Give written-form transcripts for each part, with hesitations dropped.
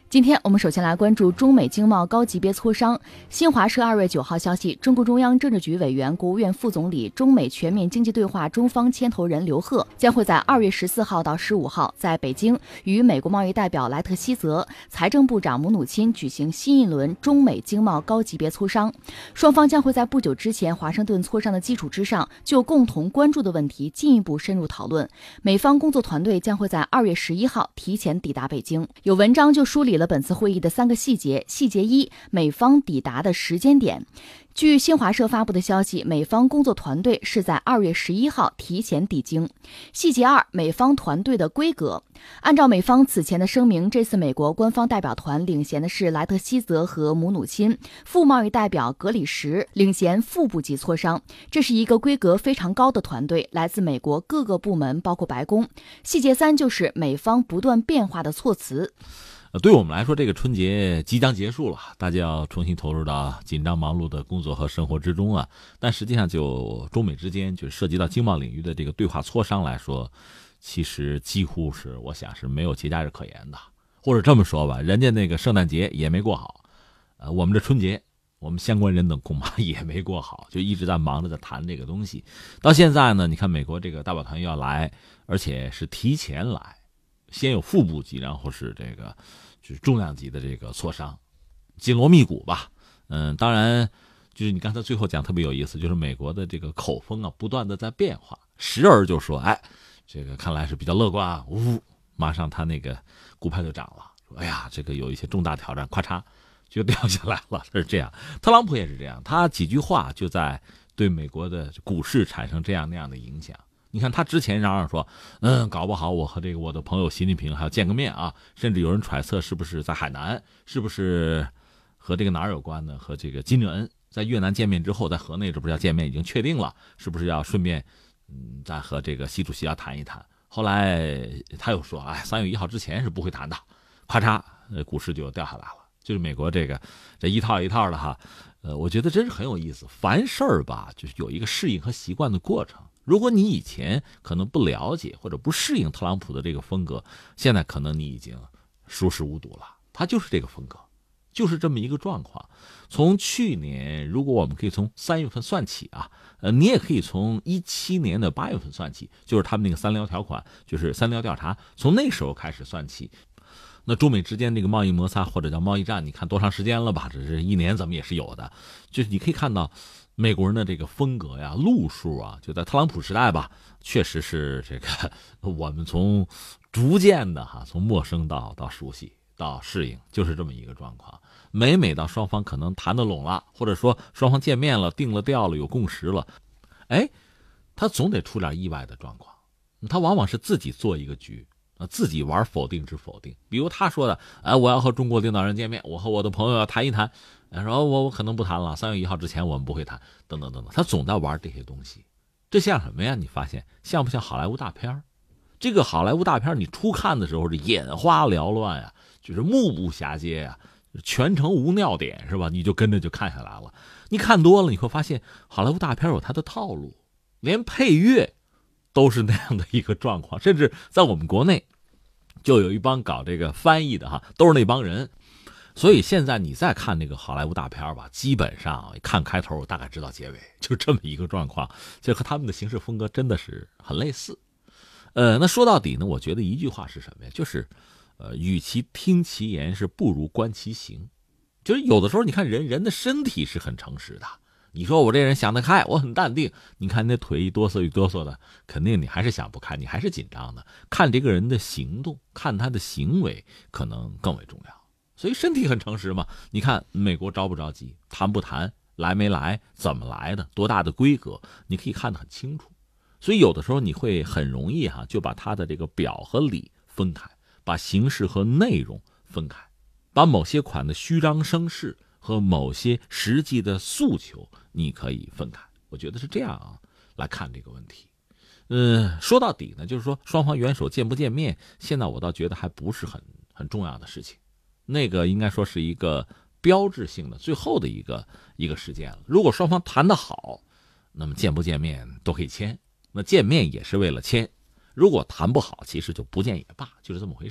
今天我们首先来关注中美经贸高级别磋商。新华社2月9号消息，中共中央政治局委员、国务院副总理、中美全面经济对话中方牵头人刘鹤将会在2月14号到15号在北京与美国贸易代表莱特希泽、财政部长姆努钦举行新一轮中美经贸高级别磋商。双方将会在不久之前华盛顿磋商的基础之上，就共同关注的问题进一步深入讨论。美方工作团队将会在2月11号提前抵达北京。有文章就梳理了本次会议的3个细节。细节1，美方抵达的时间点。据新华社发布的消息，美方工作团队是在2月11号提前抵京。细节2，美方团队的规格。按照美方此前的声明，这次美国官方代表团领衔的是莱特希泽和姆努钦，副贸易代表格里什领衔副部级磋商。这是一个规格非常高的团队，来自美国各个部门，包括白宫。细节3就是美方不断变化的措辞。 对我们来说，这个春节即将结束了，大家要重新投入到紧张忙碌的工作和生活之中啊。但实际上，就中美之间就是涉及到经贸领域的这个对话磋商来说，其实几乎是我想是没有节假日可言的。或者这么说吧，人家那个圣诞节也没过好，我们这春节，我们相关人等恐怕也没过好，就一直在忙着在谈这个东西。到现在呢，你看美国这个代表团要来，而且是提前来。先有副部级，然后是这个就是重量级的这个磋商，紧锣密鼓吧。当然就是你刚才最后讲特别有意思，就是美国的这个口风啊不断的在变化，时而就说这个看来是比较乐观啊，马上他那个股票就涨了，说哎呀这个有一些重大挑战，咔嚓就掉下来了，是这样。特朗普也是这样，他几句话就在对美国的股市产生这样那样的影响。你看他之前嚷嚷说，搞不好我和这个我的朋友习近平还要见个面啊，甚至有人揣测是不是在海南，是不是和这个哪儿有关呢？和这个金正恩在越南见面之后，在河内这不是要见面，已经确定了，是不是要顺便再和这个习主席要谈一谈？后来他又说，3月1号之前是不会谈的，咔嚓，股市就掉下来了。就是美国这一套一套的哈，我觉得真是很有意思。凡事儿吧，就是有一个适应和习惯的过程。如果你以前可能不了解或者不适应特朗普的这个风格，现在可能你已经熟视无睹了。他就是这个风格，就是这么一个状况。从去年，如果我们可以从3月份算起啊，你也可以从17年的8月份算起，就是他们那个3撩条款，就是3撩调查，从那时候开始算起。那中美之间这个贸易摩擦或者叫贸易战，你看多长时间了吧？这是1年怎么也是有的。就是你可以看到美国人的这个风格呀、路数啊，就在特朗普时代吧，确实是这个我们从逐渐的从陌生到熟悉到适应，就是这么一个状况。每到双方可能谈得拢了，或者说双方见面了、定了调了、有共识了，他总得出点意外的状况。他往往是自己做一个局。自己玩否定之否定，比如他说的，我要和中国领导人见面，我和我的朋友要谈一谈，说我可能不谈了，3月1号之前我们不会谈，等等等等，他总在玩这些东西。这像什么呀？你发现像不像好莱坞大片？这个好莱坞大片你初看的时候是眼花缭乱呀，就是目不暇接呀，全程无尿点是吧？你就跟着就看下来了。你看多了，你会发现好莱坞大片有它的套路，连配乐都是那样的一个状况，甚至在我们国内就有一帮搞这个翻译的都是那帮人。所以现在你再看那个好莱坞大片吧，基本上看开头大概知道结尾，就这么一个状况，这和他们的行事风格真的是很类似。那说到底呢，我觉得一句话是什么呀？就是与其听其言，是不如观其行。就是有的时候你看人的身体是很诚实的，你说我这人想得开，我很淡定，你看那腿一哆嗦一哆嗦的，肯定你还是想不开，你还是紧张的。看这个人的行动，看他的行为可能更为重要。所以身体很诚实嘛，你看美国着不着急，谈不谈，来没来，怎么来的，多大的规格，你可以看得很清楚。所以有的时候你会很容易就把他的这个表和里分开，把形式和内容分开，把某些款的虚张声势和某些实际的诉求你可以分开。我觉得是这样来看这个问题。说到底呢，就是说双方元首见不见面，现在我倒觉得还不是很重要的事情，那个应该说是一个标志性的最后的一个事件了。如果双方谈得好，那么见不见面都可以签，那见面也是为了签。如果谈不好，其实就不见也罢，就是这么回事儿。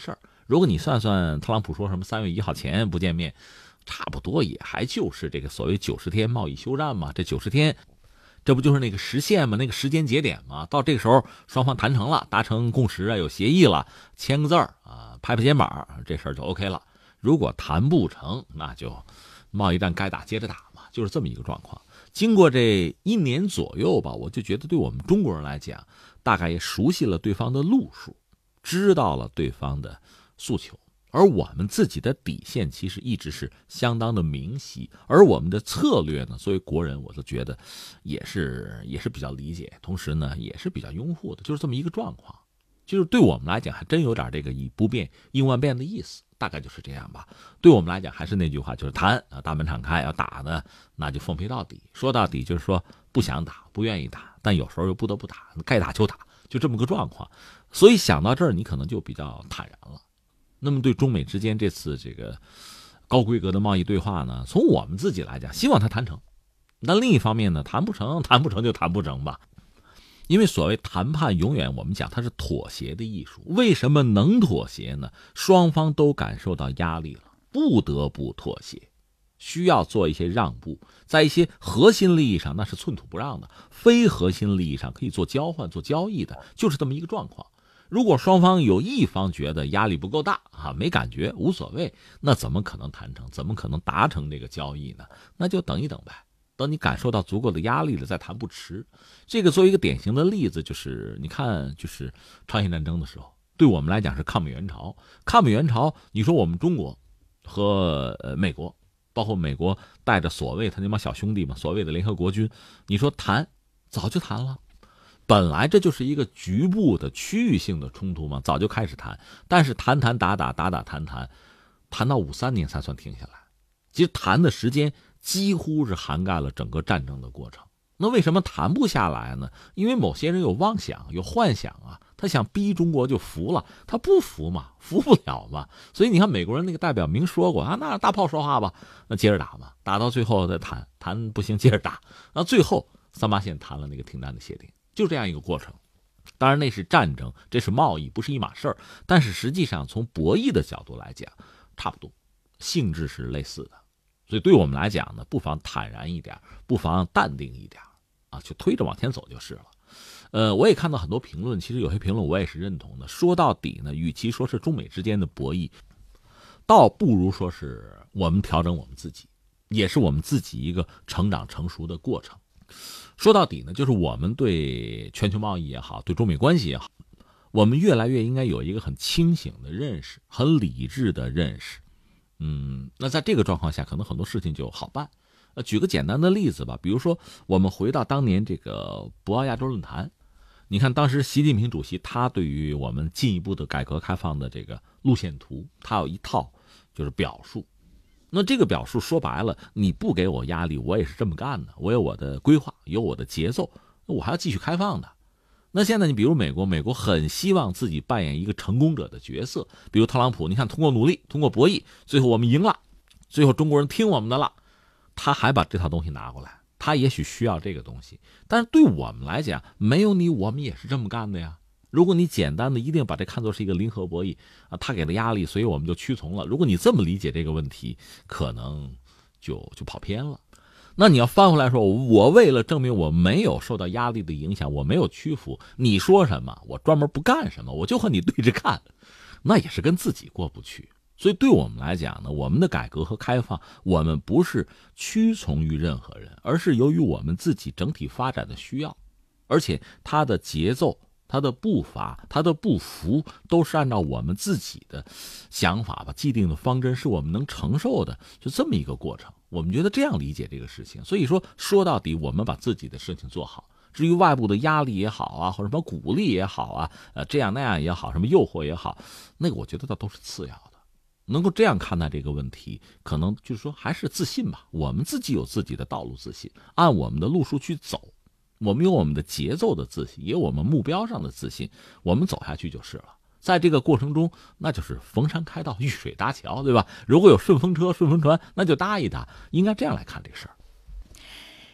如果你算算特朗普说什么3月1号前不见面，差不多也还就是这个所谓90天贸易休战嘛。这90天，这不就是那个时限嘛，那个时间节点嘛。到这个时候，双方谈成了，达成共识啊，有协议了，签个字儿啊，拍拍肩膀，这事儿就 OK 了。如果谈不成，那就贸易战该打接着打嘛，就是这么一个状况。经过这1年左右吧，我就觉得对我们中国人来讲，大概也熟悉了对方的路数，知道了对方的诉求，而我们自己的底线其实一直是相当的明晰，而我们的策略呢，作为国人，我就觉得也是比较理解，同时呢也是比较拥护的，就是这么一个状况。就是对我们来讲还真有点这个以不变应万变的意思，大概就是这样吧。对我们来讲还是那句话，就是谈啊，大门敞开，要打呢那就奉陪到底。说到底就是说不想打，不愿意打，但有时候又不得不打，该打就打，就这么个状况。所以想到这儿，你可能就比较坦然了。那么对中美之间这次这个高规格的贸易对话呢，从我们自己来讲，希望它谈成。那另一方面呢，谈不成就谈不成吧。因为所谓谈判，永远我们讲它是妥协的艺术。为什么能妥协呢？双方都感受到压力了，不得不妥协，需要做一些让步。在一些核心利益上，那是寸土不让的；非核心利益上可以做交换、做交易的，就是这么一个状况。如果双方有一方觉得压力不够大啊，没感觉，无所谓，那怎么可能谈成？怎么可能达成这个交易呢？那就等一等呗。等你感受到足够的压力了，再谈不迟。这个作为一个典型的例子，就是你看，就是朝鲜战争的时候，对我们来讲是抗美援朝。抗美援朝，你说我们中国和美国，包括美国带着所谓他那帮小兄弟嘛，所谓的联合国军，你说谈，早就谈了。本来这就是一个局部的区域性的冲突嘛，早就开始谈。但是谈打谈到53年才算停下来。其实谈的时间几乎是涵盖了整个战争的过程。那为什么谈不下来呢？因为某些人有妄想，有幻想啊，他想逼中国就服了，他不服嘛，服不了嘛。所以你看美国人那个代表明说过啊，那大炮说话吧，那接着打嘛，打到最后再谈不行接着打，那最后38线谈了那个停战的协定，就这样一个过程。当然那是战争，这是贸易，不是一码事儿，但是实际上从博弈的角度来讲，差不多，性质是类似的。所以对我们来讲呢，不妨坦然一点，不妨淡定一点啊，就推着往前走就是了。我也看到很多评论，其实有些评论我也是认同的。说到底呢，与其说是中美之间的博弈，倒不如说是我们调整我们自己，也是我们自己一个成长成熟的过程。说到底呢，就是我们对全球贸易也好，对中美关系也好，我们越来越应该有一个很清醒的认识，很理智的认识。那在这个状况下，可能很多事情就好办。举个简单的例子吧，比如说我们回到当年这个博鳌亚洲论坛，你看当时习近平主席他对于我们进一步的改革开放的这个路线图，他有一套就是表述。那这个表述说白了，你不给我压力，我也是这么干的，我有我的规划，有我的节奏，我还要继续开放的。那现在你比如美国很希望自己扮演一个成功者的角色，比如特朗普，你看通过努力，通过博弈，最后我们赢了，最后中国人听我们的了，他还把这套东西拿过来，他也许需要这个东西，但是对我们来讲，没有你我们也是这么干的呀。如果你简单的一定把这看作是一个零和博弈啊，他给了压力，所以我们就屈从了。如果你这么理解这个问题，可能就跑偏了。那你要翻回来说，我为了证明我没有受到压力的影响，我没有屈服，你说什么我专门不干什么，我就和你对着干，那也是跟自己过不去。所以对我们来讲呢，我们的改革和开放，我们不是屈从于任何人，而是由于我们自己整体发展的需要，而且它的节奏，它的步伐，它的步幅都是按照我们自己的想法吧，既定的方针是我们能承受的，就这么一个过程。我们觉得这样理解这个事情，所以说到底，我们把自己的事情做好。至于外部的压力也好啊，或者什么鼓励也好啊，这样那样也好，什么诱惑也好，那个我觉得它都是次要的。能够这样看待这个问题，可能就是说还是自信吧。我们自己有自己的道路自信，按我们的路数去走。我们有我们的节奏的自信，也有我们目标上的自信，我们走下去就是了。在这个过程中，那就是逢山开道，遇水搭桥，对吧？如果有顺风车、顺风船，那就搭一搭，应该这样来看这事儿。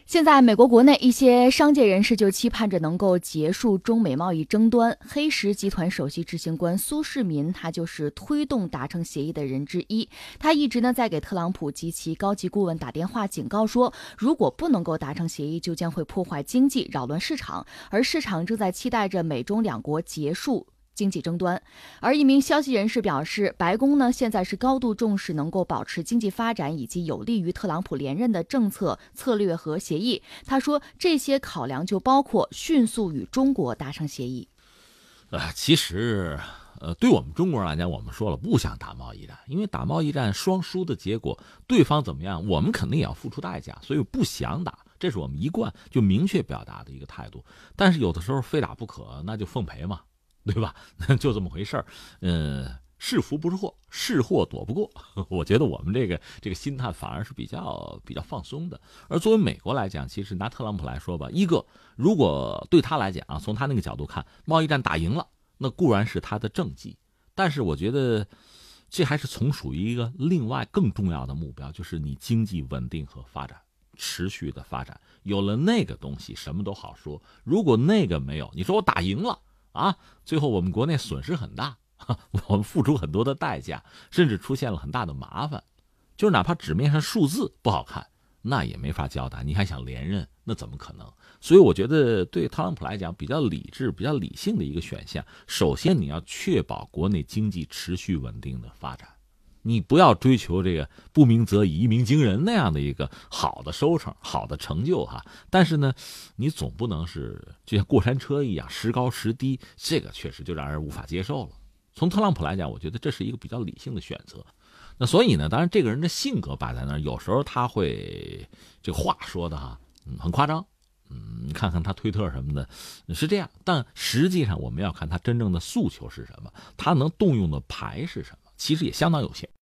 现在美国国内一些商界人士就期盼着能够结束中美贸易争端。黑石集团首席执行官苏世民，他就是推动达成协议的人之一。他一直在给特朗普及其高级顾问打电话，警告说，如果不能够达成协议，就将会破坏经济，扰乱市场。而市场正在期待着美中两国结束经济争端。而一名消息人士表示，白宫现在是高度重视能够保持经济发展以及有利于特朗普连任的政策策略和协议。他说，这些考量就包括迅速与中国达成协议。 其实对我们中国人来讲，我们说了不想打贸易战，因为打贸易战双输的结果，对方怎么样，我们肯定也要付出代价，所以不想打，这是我们一贯就明确表达的一个态度。但是有的时候非打不可，那就奉陪嘛，对吧？就这么回事儿。是福不是祸，是祸躲不过。我觉得我们这个心态反而是比较放松的。而作为美国来讲，其实拿特朗普来说吧，一个如果对他来讲从他那个角度看，贸易战打赢了，那固然是他的政绩，但是我觉得这还是从属于一个另外更重要的目标，就是你经济稳定和发展，持续的发展。有了那个东西，什么都好说。如果那个没有，你说我打赢了啊，最后我们国内损失很大，我们付出很多的代价，甚至出现了很大的麻烦，就是哪怕纸面上数字不好看，那也没法交代。你还想连任，那怎么可能？所以我觉得对特朗普来讲，比较理智、比较理性的一个选项，首先你要确保国内经济持续稳定的发展，你不要追求这个不鸣则已，一鸣惊人那样的一个好的收成、好的成就哈。但是呢，你总不能是就像过山车一样时高时低，这个确实就让人无法接受了。从特朗普来讲，我觉得这是一个比较理性的选择。那所以呢，当然这个人的性格摆在那儿，有时候他会这个话说的很夸张，你看看他推特什么的是这样，但实际上我们要看他真正的诉求是什么，他能动用的牌是什么，其实也相当有限。